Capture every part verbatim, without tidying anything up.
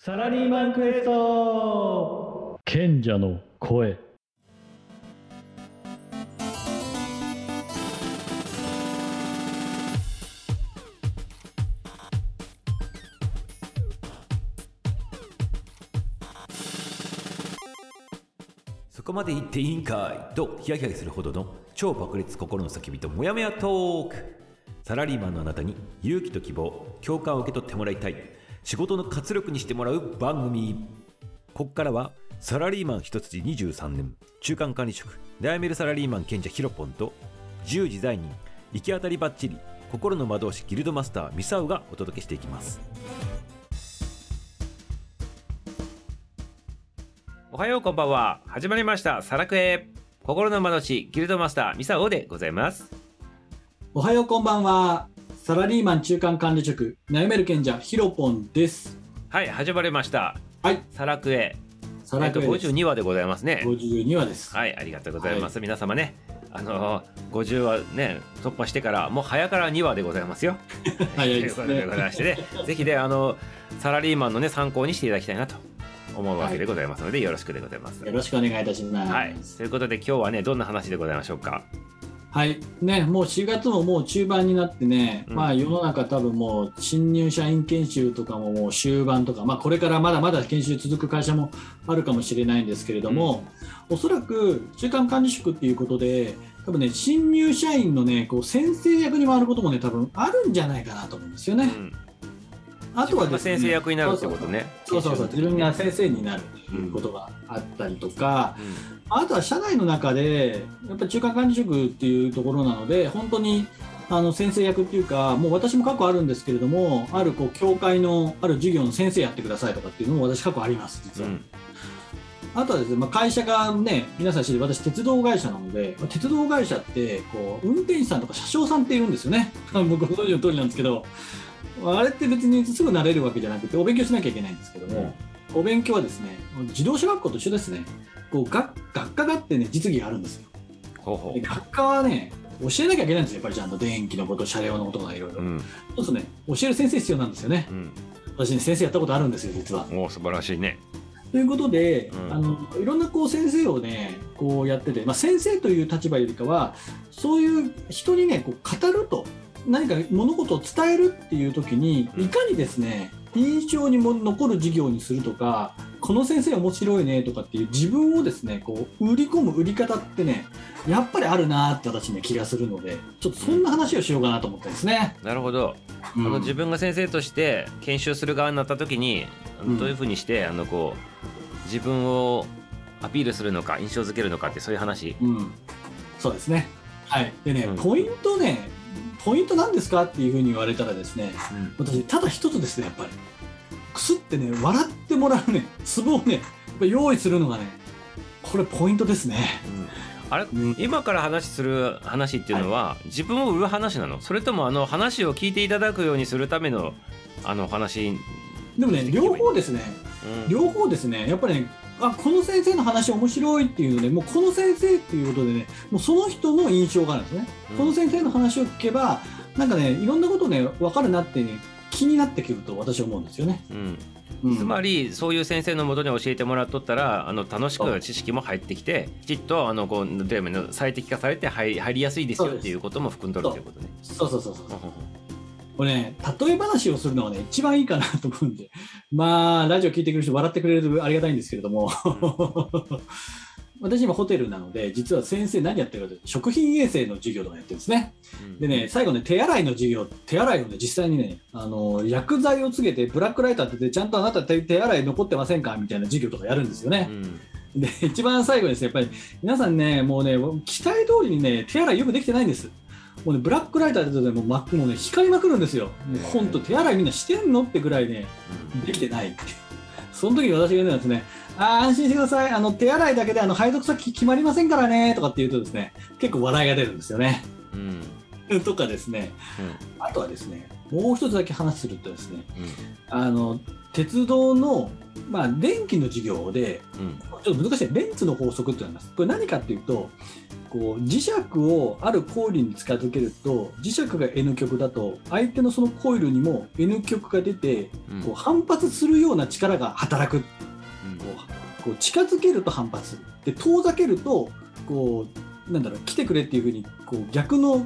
サラリーマンクエスト賢者の声。 そこまで言っていいんかいとヒヤヒヤするほどの超爆裂心の叫びとモヤモヤトーク。サラリーマンのあなたに勇気と希望、共感を受け取ってもらいたい、仕事の活力にしてもらう番組。ここからはサラリーマン一筋にじゅうさんねん、中間管理職、悩めるサラリーマン賢者ヒロポンと自由自在人、行き当たりばっちり心の魔導士ギルドマスターミサウがお届けしていきます。おはよう、こんばんは。始まりましたサラクエ、心の魔導士ギルドマスターミサウでございます。 おはよう、こんばんは。サラリーマン中間管理職、悩める賢者ヒロポンです。 はい、始まりました。 はい、 サラクエ、 サラクエです。 ごじゅうにわでございますね。 ごじゅうにわです。 はい、ありがとうございます、はい、皆様ね、あのごじゅうわね突破してからもう早からにわでございますよ。 早いですね。 ということでございましてねぜひね、あのサラリーマンのね参考にしていただきたいなと思うわけでございますので、はい、よろしくでございます。 よろしくお願いいたします。 はい、ということで今日はね、どんな話でございましょうか。 はいね、もうしがつももう中盤になってね、うん、まあ世の中多分もう新入社員研修とかももう終盤とか、まあこれからまだまだ研修続く会社もあるかもしれないんですけれども、うん、おそらく中間管理職っていうことで多分ね、新入社員のねこう先生役に回ることもね多分あるんじゃないかなと思うんですよね。うん、あとはですね、 先生役になるってことね。 そうそうそう、自分が先生になるということがあったりとか、うんうん、あとは社内の中でやっぱり中間管理職っていうところなので、本当にあの先生役っていうか、もう私も過去あるんですけれども、あるこう教会のある授業の先生やってくださいとかっていうのも私過去あります、実は。うん、あとはですね、まあ、会社がね、皆さん知ってる、私鉄道会社なので、鉄道会社ってこう運転手さんとか車掌さんって言うんですよね。僕ご存知の通りなんですけど、あれって別にすぐ慣れるわけじゃなくてお勉強しなきゃいけないんですけども、うん、お勉強はですね、自動車学校と一緒ですね。こう 学, 学科があってね、実技があるんですよ。ほうほう。で学科はね、教えなきゃいけないんですよ。やっぱりちゃんと電気のこと、車両のことがいろいろ。そうするとね、教える先生必要なんですよね。うん、私ね、先生やったことあるんですよ、実は。 お、素晴らしいね。 ということで、うん、あのいろんなこう先生をねこうやってて、まあ、先生という立場よりかはそういう人にねこう語ると、何か物事を伝えるっていう時にいかにですね、印象にも残る授業にするとか、この先生面白いねとかっていう自分をですねこう売り込む売り方ってね、やっぱりあるなって私ね気がするので、ちょっとそんな話をしようかなと思ってですね。 なるほど。うん、あの自分が先生として研修する側になった時に、うん、どういうふうにしてあのこう自分をアピールするのか印象づけるのかって、そういう話。 うん、そうですね。はい。でね、うん、ポイントねポイントなんですかっていうふうに言われたらですね、うん、私ただ一つですね、やっぱりくすってね笑ってもらうねツボをねやっぱ用意するのがね、これポイントですね。 うん、あれ、うん、今から話する話っていうのは、はい、自分を売る話なの？それともあの話を聞いていただくようにするためのあの話？ でもね、両方ですね、うん、両方ですね。やっぱりね、あ、この先生の話面白いっていうので、もうこの先生っていうことでね、もうその人の印象があるんですね。うん、この先生の話を聞けばなんかね、いろんなことね分かるなって、ね、気になってくると私は思うんですよね。 うんうん、つまりそういう先生のもとに教えてもらっとったら、あの楽しく知識も入ってきて、きちっとあのこう最適化されて入り、入りやすいですよっていうことも含んどるということね。 そうそうそうそうそう。これね、例え話をするのがね一番いいかなと思うんで、まあラジオ聞いてくれる人笑ってくれるとありがたいんですけれども、うん、私今ホテルなので、実は先生何やってるかというと食品衛生の授業とかやってるんですね。うん、でね、最後ね手洗いの授業、手洗いをね実際にねあの薬剤をつけてブラックライターってちゃんとあなた 手, 手洗い残ってませんかみたいな授業とかやるんですよね。うん、で一番最後にですね、やっぱり皆さんねもうね期待通りにね手洗いよくできてないんです。もうね、ブラックライターでもう、ま、もうね光りまくるんですよ。本当手洗いみんなしてんのってぐらいねできてない。その時に私が言うのはですね、あ安心してください、あの手洗いだけであの配属先決まりませんからねとかって言うとですね、結構笑いが出るんですよね。うん、とかですね、うん、あとはですね、もう一つだけ話するとですね、うん、あの鉄道の、まあ、電気の授業で、うん、ちょっと難しいレンツの法則っていうのがあります。これ何かっていうと、 こう磁石をあるコイルに近づけると磁石が N 極だと相手のそのコイルにも N 極が出て、 うん、 こう反発するような力が働く、うん、こうこう近づけると反発で遠ざけるとこうなんだろう来てくれっていうふうにこう逆の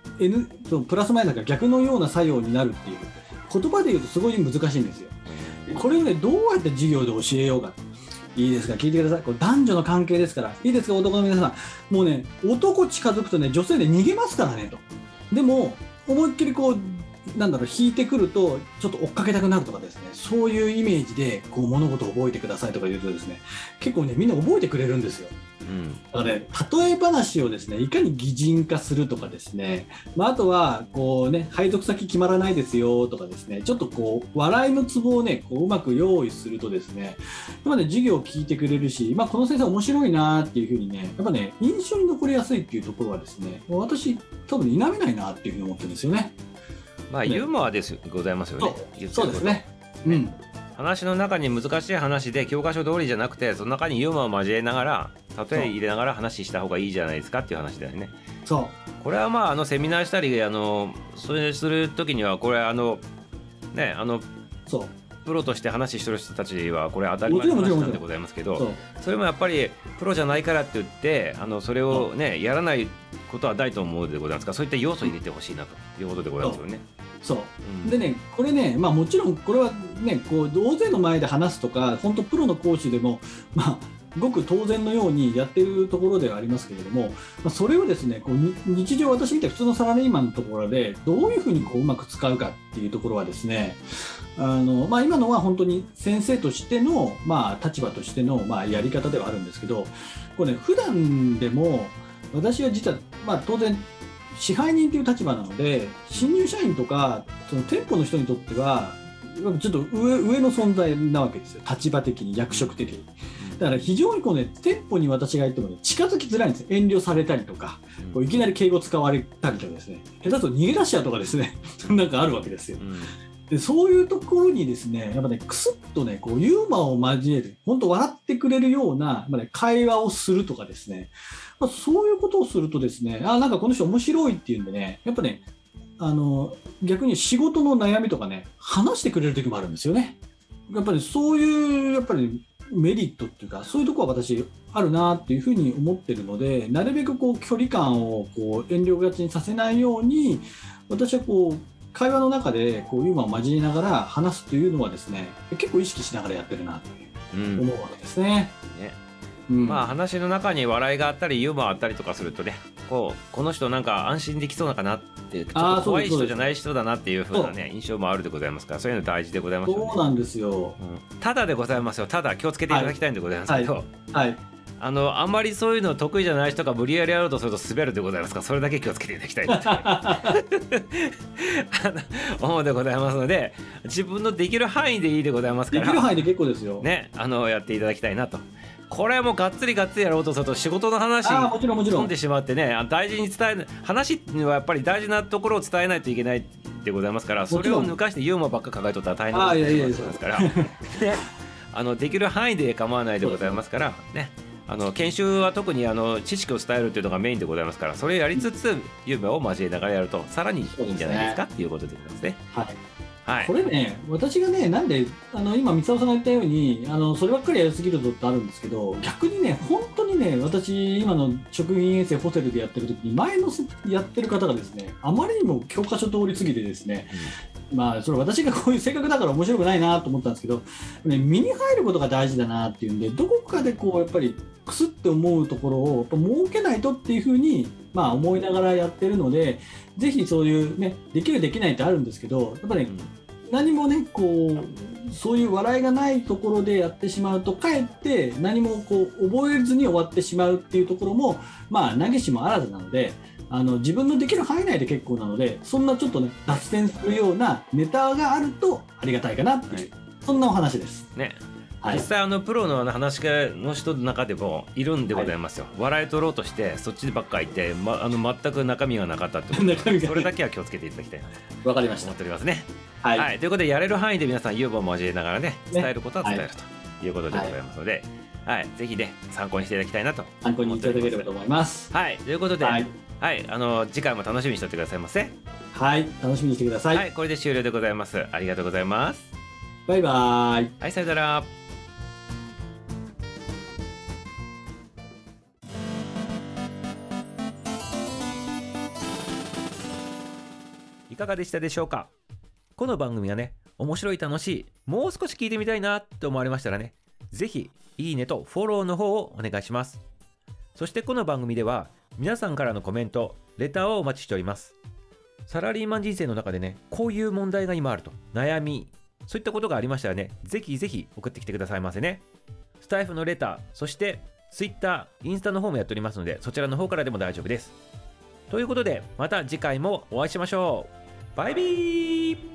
N そのプラスマイナスが逆のような作用になるっていう言葉で言うとすごい難しいんですよ。これをねどうやって授業で教えようか。いいですか聞いてください。これ男女の関係ですからいいですか男の皆さんもうね男近づくとね女性で逃げますからねと。でも思いっきりこうなんだろう引いてくるとちょっと追っかけたくなるとかですねそういうイメージでこう物事を覚えてくださいとか言うとですね結構ねみんな覚えてくれるんですよ。うん、だからね例え話をですねいかに擬人化するとかですね、まあ、あとはこうね配属先決まらないですよとかですねちょっとこう笑いのツボをねこううまく用意するとですねやっぱね授業を聞いてくれるし、まあ、この先生面白いなっていうふうにねやっぱね印象に残りやすいっていうところはですね私多分否めないなっていうふうに思ってるんですよね。 まあ、ユーモアです、ね、ございますよね。 そう、そうですね、うん、 話の中に難しい話で教科書通りじゃなくてその中にユーモアを交えながら例え入れながら話した方がいいじゃないですかっていう話だよね。 そうこれはまああのセミナーしたりあのそれする時にはこれあのねあのそうプロとして話してる人たちはこれ当たり前の話なんでございますけど そ, それもやっぱりプロじゃないからって言ってあのそれをねやらないことはないと思うでございますからそういった要素を入れてほしいなということでございますよね。 そう、うん、でねこれね、まあ、もちろんこれはねこう大勢の前で話すとか本当プロの講師でもまあごく当然のようにやっているところではありますけれども、まあ、それをですねこう日常私みたいな普通のサラリーマンのところでどういうふうにこううまく使うかっていうところはですねあの、まあ、今のは本当に先生としての、まあ、立場としての、まあ、やり方ではあるんですけどこれね普段でも私は実は、まあ、当然支配人という立場なので新入社員とかその店舗の人にとってはちょっと 上, 上の存在なわけですよ立場的に役職的にだから非常にこう、ね、店舗に私が行っても、ね、近づきづらいんです遠慮されたりとかこういきなり敬語使われたりとかですね下手すると逃げ出しちゃうとかですねなんかあるわけですよ。でそういうところにですねやっぱねクスッとねこうユーモアを交える本当笑ってくれるような、まあね、会話をするとかですね、まあ、そういうことをするとですねあなんかこの人面白いっていうんでねやっぱねあの逆に仕事の悩みとかね話してくれる時もあるんですよね。やっぱりそういうやっぱりメリットっていうかそういうところは私あるなっていうふうに思ってるのでなるべくこう距離感をこう遠慮がちにさせないように私はこう会話の中でこうユーモアを交えながら話すというのはですね結構意識しながらやってるなと思うわけですね。 うんねうん、まあ話の中に笑いがあったりユーモアあったりとかするとねこうこの人なんか安心できそうなかなってちょっと怖い人じゃない人だなっていう風なね印象もあるでございますからそういうの大事でございますよね。 そうなんですよ、 うん、ただでございますよただ気をつけていただきたいんでございますけど、はいはいはいあのあんまりそういうの得意じゃない人が無理やりやろうとすると滑るでございますからそれだけ気をつけていただきたいと思うでございますので自分のできる範囲でいいでございますからできる範囲で結構ですよ、 ね、あのやっていただきたいなと。これもがっつりがっつりやろうとすると仕事の話に飛んでしまってね大事に伝え話にはやっぱり大事なところを伝えないといけないでございますからそれを抜かしてユーモアばっか考えとったら大変なことになりますからあのできる範囲で構わないでございますからねあの研修は特にあの知識を伝えるというのがメインでございますからそれをやりつつユーモアを交えながらやるとさらにいいんじゃないですかっていうことでございますね。 はいはい、 これね私がねなんであの今三沢さんが言ったようにあのそればっかりやりすぎるとってあるんですけど逆にね本当にね私今の職員遠征ホテルでやってる時に前のやってる方がですねあまりにも教科書通りすぎてですね、うん、まあそれ私がこういう性格だから面白くないなと思ったんですけど、ね、身に入ることが大事だなっていうんでどこかでこうやっぱりクスって思うところをやっぱ設けないとっていうふうにまあ思いながらやってるのでぜひそういうねできるできないってあるんですけどやっぱね、うん何もねこうそういう笑いがないところでやってしまうとかえって何もこう覚えずに終わってしまうっていうところもまあ投げしもあらずなのであの自分のできる範囲内で結構なのでそんなちょっとね脱線するようなネタがあるとありがたいかなっていう、はい、そんなお話ですね。実際あのプロの話し家の人の中でもいるんでございますよ、はい、笑い取ろうとしてそっちばっかり言って、ま、あの全く中身がなかったってことでそれだけは気をつけていただきたいなとわかりました思っておりますね、 はいはい、ということでやれる範囲で皆さんユーモアを交えながらね伝えることは伝えると、 ねいうことでございますので、はい、はい、ぜひね参考にしていただきたいなと参考にいただければと思います。 はい、ということで、はい、はい、あの次回も楽しみにしておいてくださいませ。 はい、楽しみにしてください。 はい、これで終了でございます。ありがとうございます。 バイバイ。 はい、さよなら。いかがでしたでしょうか。この番組はね、面白い、楽しい、もう少し聞いてみたいなと思われましたらね、ぜひいいねとフォローの方をお願いします。そしてこの番組では皆さんからのコメント、レターをお待ちしております。サラリーマン人生の中でね、こういう問題が今あると、悩み、そういったことがありましたらね、ぜひぜひ送ってきてくださいませね。スタイフのレター、そしてツイッター、インスタの方もやっておりますので、そちらの方からでも大丈夫です。ということで、また次回もお会いしましょう。バイビー。